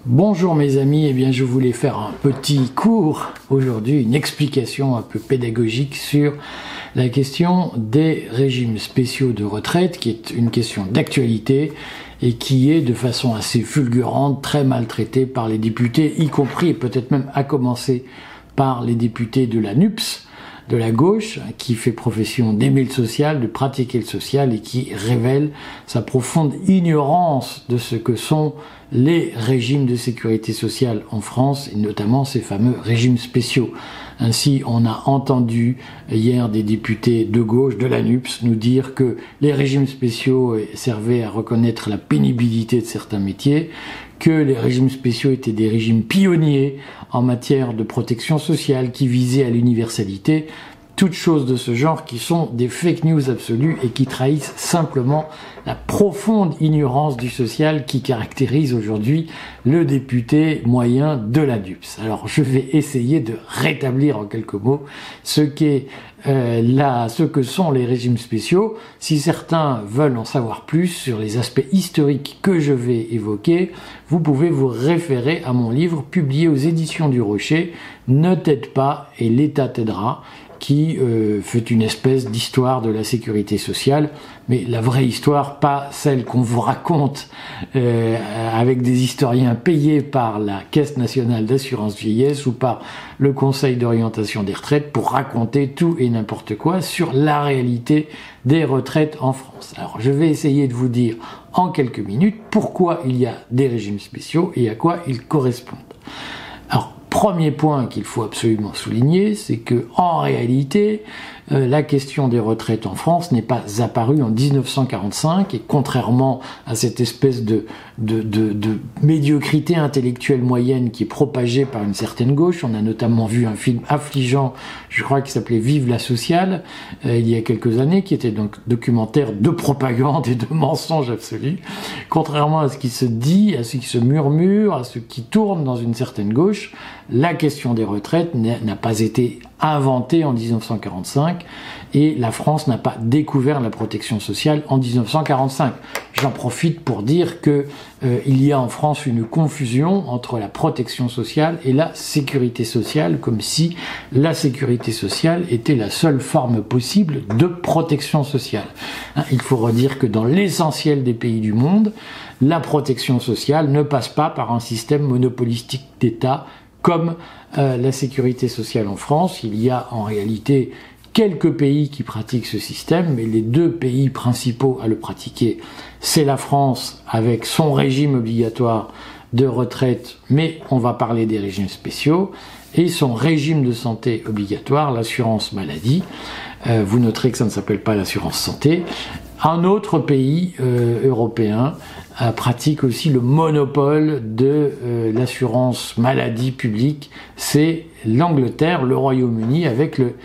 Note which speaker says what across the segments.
Speaker 1: Bonjour mes amis, eh bien je voulais faire un petit cours aujourd'hui, une explication un peu pédagogique sur la question des régimes spéciaux de retraite, qui est une question d'actualité et qui est de façon assez fulgurante, très maltraitée par les députés, y compris et peut-être même à commencer par les députés de la NUPS, de la gauche, qui fait profession d'aimer le social, de pratiquer le social et qui révèle sa profonde ignorance de ce que sont les régimes de sécurité sociale en France, et notamment ces fameux régimes spéciaux. Ainsi, on a entendu hier des députés de gauche, de la NUPS, nous dire que les régimes spéciaux servaient à reconnaître la pénibilité de certains métiers, que les régimes spéciaux étaient des régimes pionniers en matière de protection sociale qui visaient à l'universalité, toutes choses de ce genre qui sont des fake news absolues et qui trahissent simplement la profonde ignorance du social qui caractérise aujourd'hui le député moyen de la NUPS. Alors je vais essayer de rétablir en quelques mots ce que sont les régimes spéciaux. Si certains veulent en savoir plus sur les aspects historiques que je vais évoquer, vous pouvez vous référer à mon livre publié aux éditions du Rocher, Ne t'aide pas et l'État t'aidera, qui fait une espèce d'histoire de la sécurité sociale, mais la vraie histoire, pas celle qu'on vous raconte avec des historiens payés par la Caisse nationale d'assurance vieillesse ou par le Conseil d'orientation des retraites pour raconter tout et n'importe quoi sur la réalité des retraites en France. Alors je vais essayer de vous dire en quelques minutes pourquoi il y a des régimes spéciaux et à quoi ils correspondent. Alors, premier point qu'il faut absolument souligner, c'est que en réalité, la question des retraites en France n'est pas apparue en 1945 et contrairement à cette espèce de médiocrité intellectuelle moyenne qui est propagée par une certaine gauche, on a notamment vu un film affligeant, je crois qu'il s'appelait Vive la sociale, il y a quelques années, qui était donc documentaire de propagande et de mensonge absolu, contrairement à ce qui se dit, à ce qui se murmure, à ce qui tourne dans une certaine gauche, la question des retraites n'a pas été inventée en 1945 et la France n'a pas découvert la protection sociale en 1945. J'en profite pour dire que il y a en France une confusion entre la protection sociale et la sécurité sociale, comme si la sécurité sociale était la seule forme possible de protection sociale. Il faut redire que dans l'essentiel des pays du monde, la protection sociale ne passe pas par un système monopolistique d'État comme la sécurité sociale en France. Il y a en réalité quelques pays qui pratiquent ce système, mais les deux pays principaux à le pratiquer, c'est la France avec son régime obligatoire de retraite, mais on va parler des régimes spéciaux, et son régime de santé obligatoire, l'assurance maladie. Vous noterez que ça ne s'appelle pas l'assurance santé. Un autre pays européen pratique aussi le monopole de l'assurance maladie publique, c'est l'Angleterre, le Royaume-Uni, avec le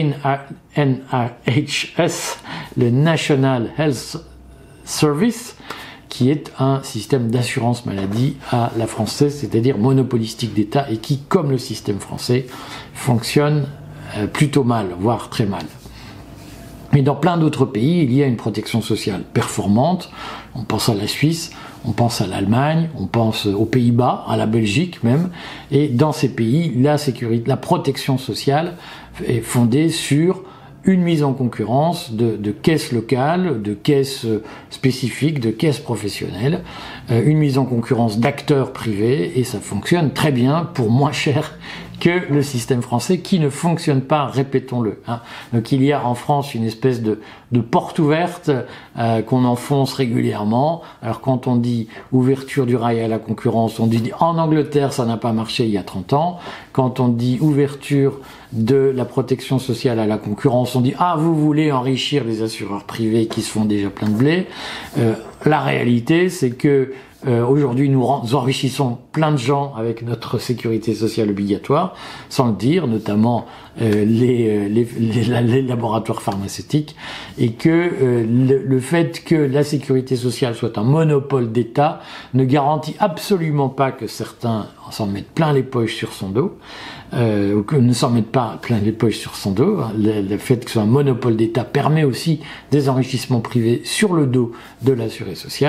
Speaker 1: NHS, le National Health Service, qui est un système d'assurance maladie à la française, c'est-à-dire monopolistique d'État, et qui, comme le système français, fonctionne plutôt mal, voire très mal. Mais dans plein d'autres pays, il y a une protection sociale performante. On pense à la Suisse, on pense à l'Allemagne, on pense aux Pays-Bas, à la Belgique même. Et dans ces pays, la protection sociale est fondée sur une mise en concurrence de caisses locales, de caisses spécifiques, de caisses professionnelles, une mise en concurrence d'acteurs privés, et ça fonctionne très bien pour moins cher que le système français qui ne fonctionne pas, répétons-le. Donc il y a en France une espèce de porte ouverte qu'on enfonce régulièrement. Alors quand on dit ouverture du rail à la concurrence, on dit en Angleterre ça n'a pas marché il y a 30 ans. Quand on dit ouverture de la protection sociale à la concurrence, on dit ah vous voulez enrichir les assureurs privés qui se font déjà plein de blé. La réalité c'est que aujourd'hui, nous enrichissons plein de gens avec notre sécurité sociale obligatoire, sans le dire, notamment les laboratoires pharmaceutiques, et que le fait que la sécurité sociale soit un monopole d'État ne garantit absolument pas que certains s'en mettent plein les poches sur son dos, ou que ne s'en mettent pas plein les poches sur son dos. Le fait que ce soit un monopole d'État permet aussi des enrichissements privés sur le dos de l'assuré social,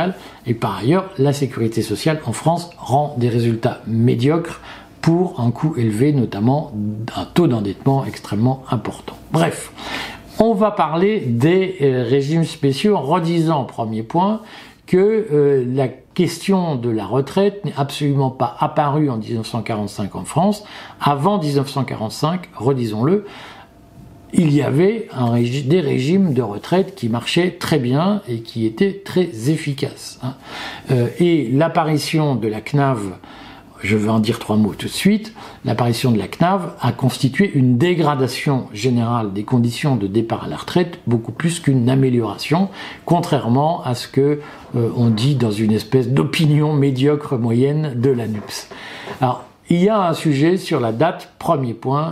Speaker 1: Et par ailleurs, la sécurité sociale en France rend des résultats médiocres pour un coût élevé, notamment un taux d'endettement extrêmement important. Bref, on va parler des régimes spéciaux en redisant, premier point, que la question de la retraite n'est absolument pas apparue en 1945 en France. Avant 1945, redisons-le, il y avait des régimes de retraite qui marchaient très bien et qui étaient très efficaces. Et l'apparition de la CNAV, je vais en dire 3 mots tout de suite, l'apparition de la CNAV a constitué une dégradation générale des conditions de départ à la retraite, beaucoup plus qu'une amélioration, contrairement à ce que on dit dans une espèce d'opinion médiocre moyenne de l'ANUPS. Alors, il y a un sujet sur la date, premier point,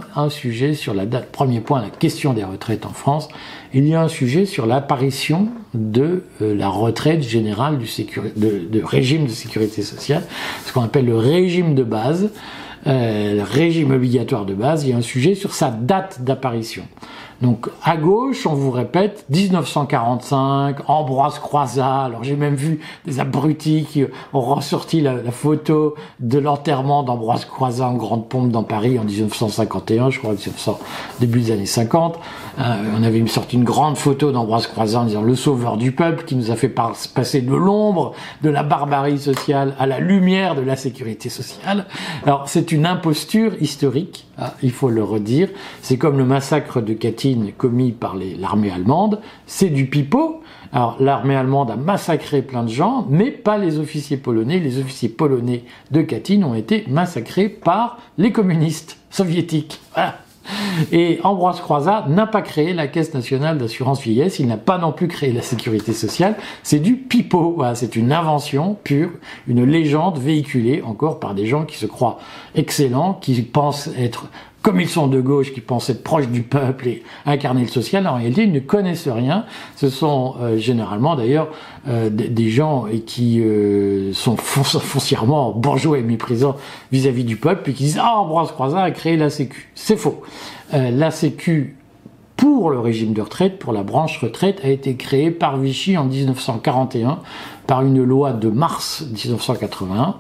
Speaker 1: la question des retraites en France. Il y a un sujet sur l'apparition de la retraite générale de régime de sécurité sociale, ce qu'on appelle le régime de base, le régime obligatoire de base. Il y a un sujet sur sa date d'apparition. Donc à gauche, on vous répète 1945, Ambroise Croizat. Alors j'ai même vu des abrutis qui ont ressorti la photo de l'enterrement d'Ambroise Croizat en grande pompe dans Paris en 1951, je crois, début des années 50. On avait sorti une grande photo d'Ambroise Croizat en disant le sauveur du peuple, qui nous a fait passer de l'ombre de la barbarie sociale à la lumière de la sécurité sociale. Alors c'est une imposture historique, il faut le redire. C'est comme le massacre de Katyn commis par l'armée allemande, c'est du pipeau. Alors l'armée allemande a massacré plein de gens, mais pas les officiers polonais. Les officiers polonais de Katyn ont été massacrés par les communistes soviétiques. Voilà. Et Ambroise Croizat n'a pas créé la Caisse nationale d'assurance vieillesse, il n'a pas non plus créé la sécurité sociale, c'est du pipeau, voilà, c'est une invention pure, une légende véhiculée encore par des gens qui se croient excellents, qui pensent être, comme ils sont de gauche, qui pensent être proches du peuple et incarner le social. En réalité, ils ne connaissent rien. Ce sont généralement d'ailleurs des gens qui sont foncièrement bourgeois et méprisants vis-à-vis du peuple et qui disent « Ah, Ambroise Croizat a créé la Sécu ». C'est faux. La Sécu, pour le régime de retraite, pour la branche retraite, a été créée par Vichy en 1941, par une loi de mars 1941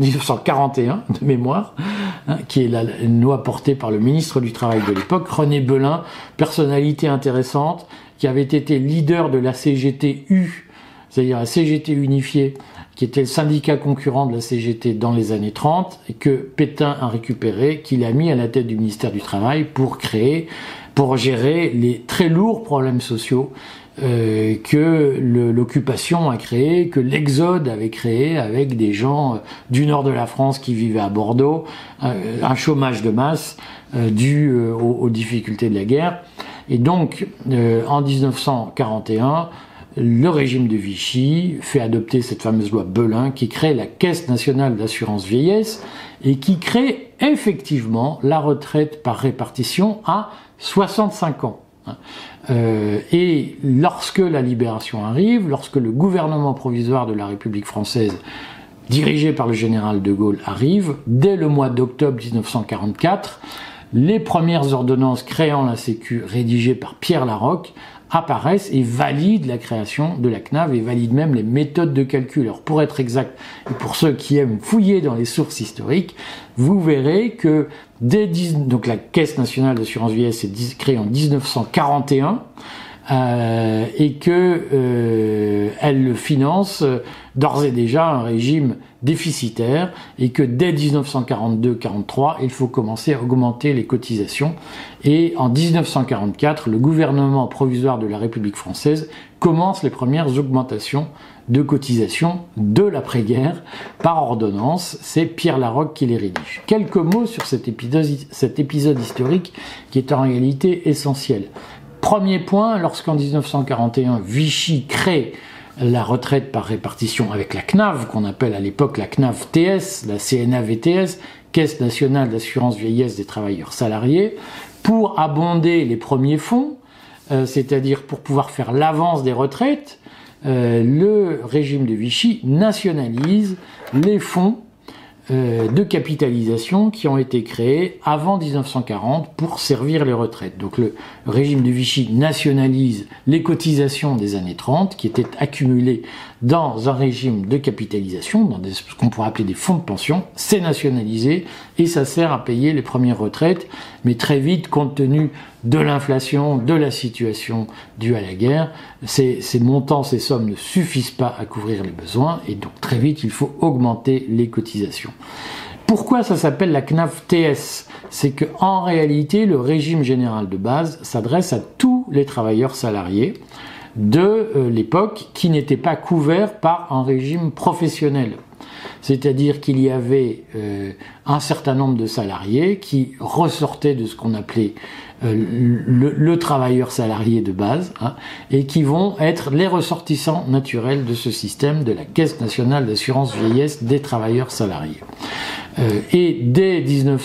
Speaker 1: de mémoire, qui est une loi portée par le ministre du Travail de l'époque, René Belin, personnalité intéressante, qui avait été leader de la CGT-U, c'est-à-dire la CGT unifiée, qui était le syndicat concurrent de la CGT dans les années 30, et que Pétain a récupéré, qu'il a mis à la tête du ministère du Travail pour gérer les très lourds problèmes sociaux que l'occupation a créé, que l'exode avait créé avec des gens du nord de la France qui vivaient à Bordeaux, un chômage de masse dû aux difficultés de la guerre. Et donc, en 1941, le régime de Vichy fait adopter cette fameuse loi Belin qui crée la Caisse nationale d'assurance vieillesse et qui crée effectivement la retraite par répartition à 65 ans. Et lorsque la libération arrive, lorsque le gouvernement provisoire de la République française, dirigé par le général de Gaulle, arrive, dès le mois d'octobre 1944, les premières ordonnances créant la Sécu, rédigées par Pierre Laroque, apparaissent et valident la création de la CNAV et valident même les méthodes de calcul. Alors pour être exact, et pour ceux qui aiment fouiller dans les sources historiques, vous verrez que donc la Caisse nationale d'assurance vieillesse est créée en 1941 et que elle finance d'ores et déjà un régime déficitaire et que dès 1942-43, il faut commencer à augmenter les cotisations. Et en 1944, le gouvernement provisoire de la République française commence les premières augmentations de cotisations de l'après-guerre par ordonnance. C'est Pierre Laroque qui les rédige. Quelques mots sur cet épisode historique qui est en réalité essentiel. Premier point, lorsqu'en 1941, Vichy crée la retraite par répartition avec la CNAV, qu'on appelle à l'époque la CNAV-TS, la CNAV-TS, Caisse nationale d'assurance vieillesse des travailleurs salariés, pour abonder les premiers fonds, c'est-à-dire pour pouvoir faire l'avance des retraites, le régime de Vichy nationalise les fonds de capitalisation qui ont été créés avant 1940 pour servir les retraites. Donc le régime de Vichy nationalise les cotisations des années 30 qui étaient accumulées dans un régime de capitalisation, dans ce qu'on pourrait appeler des fonds de pension. C'est nationalisé et ça sert à payer les premières retraites, mais très vite, compte tenu de l'inflation, de la situation due à la guerre, ces montants, ces sommes ne suffisent pas à couvrir les besoins et donc très vite il faut augmenter les cotisations. Pourquoi ça s'appelle la CNAV TS? C'est que en réalité le régime général de base s'adresse à tous les travailleurs salariés de l'époque qui n'étaient pas couverts par un régime professionnel. C'est-à-dire qu'il y avait un certain nombre de salariés qui ressortaient de ce qu'on appelait le travailleur salarié de base, hein, et qui vont être les ressortissants naturels de ce système de la Caisse nationale d'assurance vieillesse des travailleurs salariés. Et dès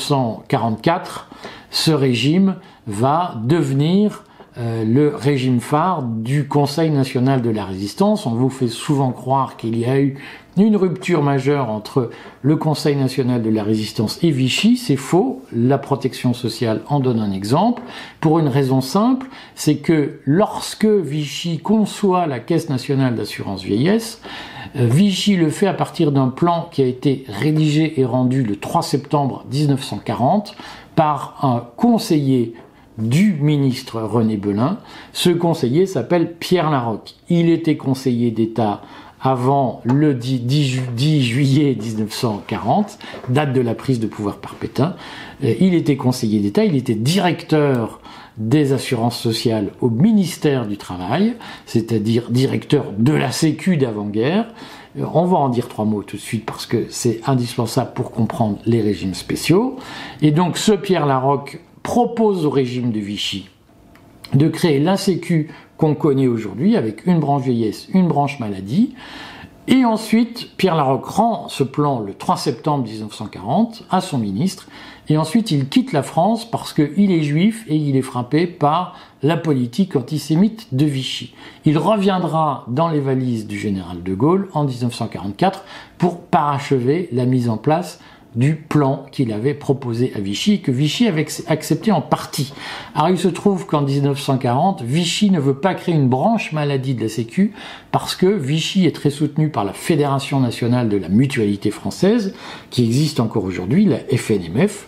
Speaker 1: 1944, ce régime va devenir le régime phare du Conseil national de la résistance. On vous fait souvent croire qu'il y a eu une rupture majeure entre le Conseil national de la résistance et Vichy. C'est faux. La protection sociale en donne un exemple. Pour une raison simple, c'est que lorsque Vichy conçoit la Caisse nationale d'assurance vieillesse, Vichy le fait à partir d'un plan qui a été rédigé et rendu le 3 septembre 1940 par un conseiller du ministre René Belin. Ce conseiller s'appelle Pierre Laroque. Il était conseiller d'État avant le 10 juillet 1940, date de la prise de pouvoir par Pétain. Il était conseiller d'État, il était directeur des assurances sociales au ministère du Travail, c'est-à-dire directeur de la Sécu d'avant-guerre. On va en dire 3 mots tout de suite parce que c'est indispensable pour comprendre les régimes spéciaux. Et donc ce Pierre Laroque propose au régime de Vichy de créer la Sécu qu'on connaît aujourd'hui avec une branche vieillesse, une branche maladie. Et ensuite, Pierre Laroque rend ce plan le 3 septembre 1940 à son ministre. Et ensuite, il quitte la France parce qu'il est juif et il est frappé par la politique antisémite de Vichy. Il reviendra dans les valises du général de Gaulle en 1944 pour parachever la mise en place du plan qu'il avait proposé à Vichy et que Vichy avait accepté en partie. Alors il se trouve qu'en 1940, Vichy ne veut pas créer une branche maladie de la Sécu parce que Vichy est très soutenu par la Fédération nationale de la mutualité française, qui existe encore aujourd'hui, la FNMF.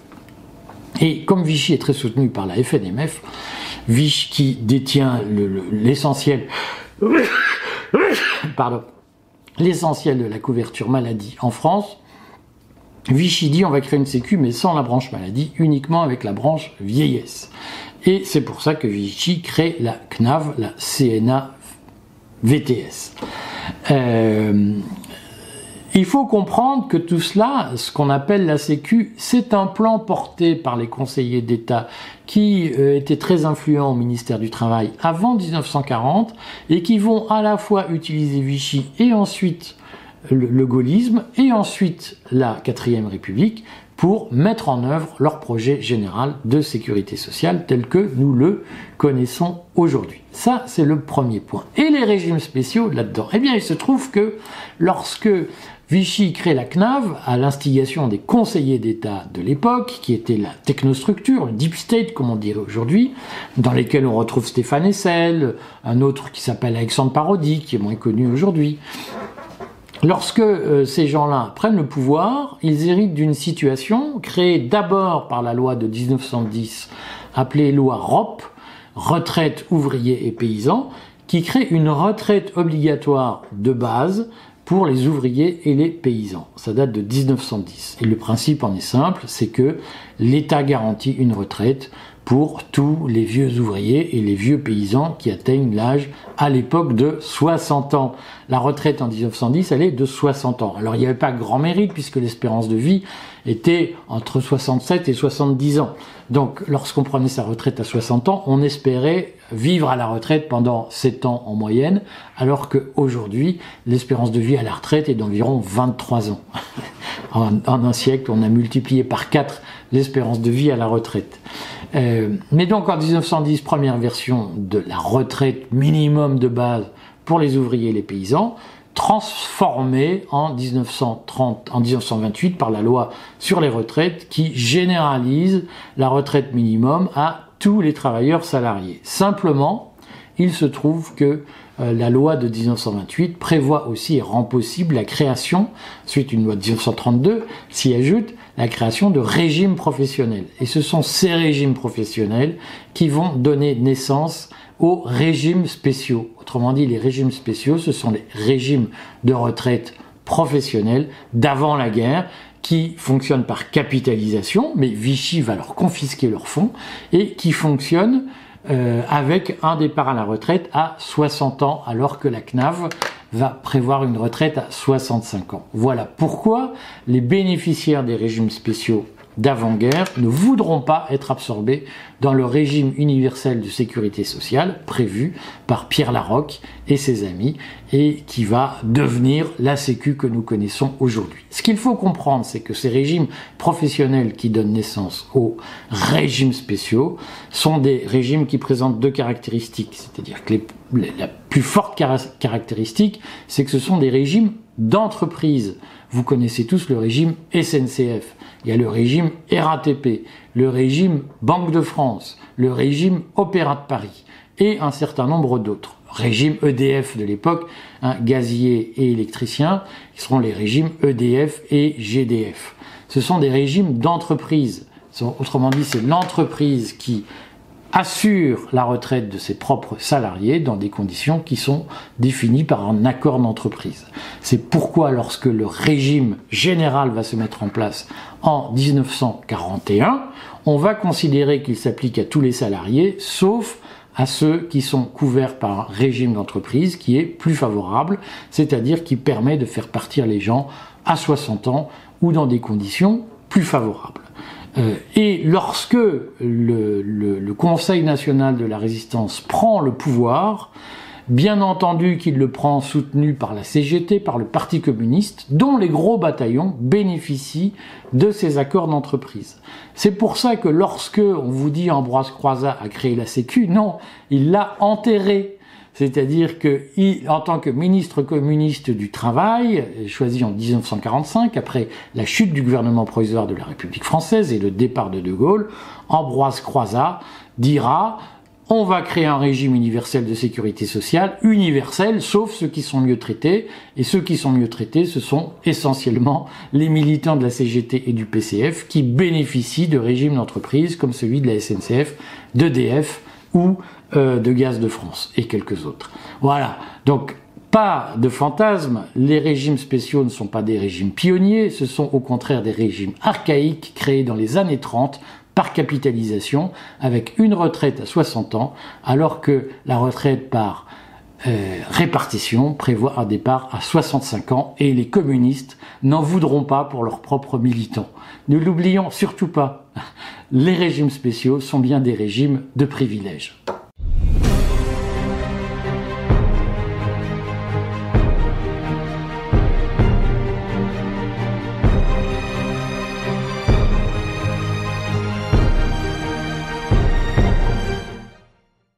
Speaker 1: Et comme Vichy est très soutenu par la FNMF, Vichy qui détient l'essentiel l'essentiel de la couverture maladie en France, Vichy dit on va créer une sécu mais sans la branche maladie, uniquement avec la branche vieillesse. Et c'est pour ça que Vichy crée la CNAV, la CNA VTS. Il faut comprendre que tout cela, ce qu'on appelle la Sécu, c'est un plan porté par les conseillers d'État qui étaient très influents au ministère du Travail avant 1940 et qui vont à la fois utiliser Vichy et ensuite le gaullisme et ensuite la 4e République pour mettre en œuvre leur projet général de sécurité sociale tel que nous le connaissons aujourd'hui. Ça, c'est le premier point. Et les régimes spéciaux là-dedans? Eh bien, il se trouve que lorsque Vichy crée la CNAV à l'instigation des conseillers d'État de l'époque, qui était la technostructure, le deep state comme on dirait aujourd'hui, dans lesquels on retrouve Stéphane Hessel, un autre qui s'appelle Alexandre Parodi, qui est moins connu aujourd'hui. Lorsque ces gens-là prennent le pouvoir, ils héritent d'une situation créée d'abord par la loi de 1910, appelée loi ROP, retraite ouvriers et paysans, qui crée une retraite obligatoire de base pour les ouvriers et les paysans. Ça date de 1910. Et le principe en est simple, c'est que l'État garantit une retraite pour tous les vieux ouvriers et les vieux paysans qui atteignent l'âge à l'époque de 60 ans. La retraite en 1910, elle est de 60 ans. Alors il n'y avait pas grand mérite puisque l'espérance de vie était entre 67 et 70 ans. Donc lorsqu'on prenait sa retraite à 60 ans, on espérait vivre à la retraite pendant 7 ans en moyenne, alors qu'aujourd'hui, l'espérance de vie à la retraite est d'environ 23 ans. En un siècle, on a multiplié par 4 l'espérance de vie à la retraite. Mais donc en 1910, première version de la retraite minimum de base pour les ouvriers et les paysans. transformé en 1928 par la loi sur les retraites qui généralise la retraite minimum à tous les travailleurs salariés. Simplement, il se trouve que la loi de 1928 prévoit aussi et rend possible la création, suite à une loi de 1932, s'y ajoute la création de régimes professionnels. Et ce sont ces régimes professionnels qui vont donner naissance aux régimes spéciaux. Autrement dit, les régimes spéciaux, ce sont les régimes de retraite professionnels d'avant la guerre qui fonctionnent par capitalisation, mais Vichy va leur confisquer leurs fonds, et qui fonctionnent avec un départ à la retraite à 60 ans, alors que la CNAV va prévoir une retraite à 65 ans. Voilà pourquoi les bénéficiaires des régimes spéciaux d'avant-guerre ne voudront pas être absorbés dans le régime universel de sécurité sociale prévu par Pierre Laroque et ses amis et qui va devenir la Sécu que nous connaissons aujourd'hui. Ce qu'il faut comprendre, c'est que ces régimes professionnels qui donnent naissance aux régimes spéciaux sont des régimes qui présentent deux caractéristiques, c'est-à-dire que la plus forte caractéristique, c'est que ce sont des régimes d'entreprise. Vous connaissez tous le régime SNCF, il y a le régime RATP, le régime Banque de France, le régime Opéra de Paris et un certain nombre d'autres. Régime EDF de l'époque, gazier et électricien, qui seront les régimes EDF et GDF. Ce sont des régimes d'entreprise. Autrement dit, c'est l'entreprise qui assure la retraite de ses propres salariés dans des conditions qui sont définies par un accord d'entreprise. C'est pourquoi lorsque le régime général va se mettre en place en 1941, on va considérer qu'il s'applique à tous les salariés, sauf à ceux qui sont couverts par un régime d'entreprise qui est plus favorable, c'est-à-dire qui permet de faire partir les gens à 60 ans ou dans des conditions plus favorables. Et lorsque le Conseil national de la résistance prend le pouvoir, bien entendu qu'il le prend soutenu par la CGT, par le Parti communiste, dont les gros bataillons bénéficient de ces accords d'entreprise. C'est pour ça que lorsque on vous dit Ambroise Croizat a créé la Sécu, non, il l'a enterrée. C'est-à-dire que, en tant que ministre communiste du Travail, choisi en 1945, après la chute du gouvernement provisoire de la République française et le départ de De Gaulle, Ambroise Croizat dira « On va créer un régime universel de sécurité sociale, universel, sauf ceux qui sont mieux traités. Et ceux qui sont mieux traités, ce sont essentiellement les militants de la CGT et du PCF qui bénéficient de régimes d'entreprise comme celui de la SNCF, d'EDF ou de Gaz de France et quelques autres. » Voilà, donc pas de fantasme, les régimes spéciaux ne sont pas des régimes pionniers, ce sont au contraire des régimes archaïques créés dans les années 30 par capitalisation, avec une retraite à 60 ans, alors que la retraite par répartition prévoit un départ à 65 ans, et les communistes n'en voudront pas pour leurs propres militants. Ne l'oublions surtout pas, les régimes spéciaux sont bien des régimes de privilèges.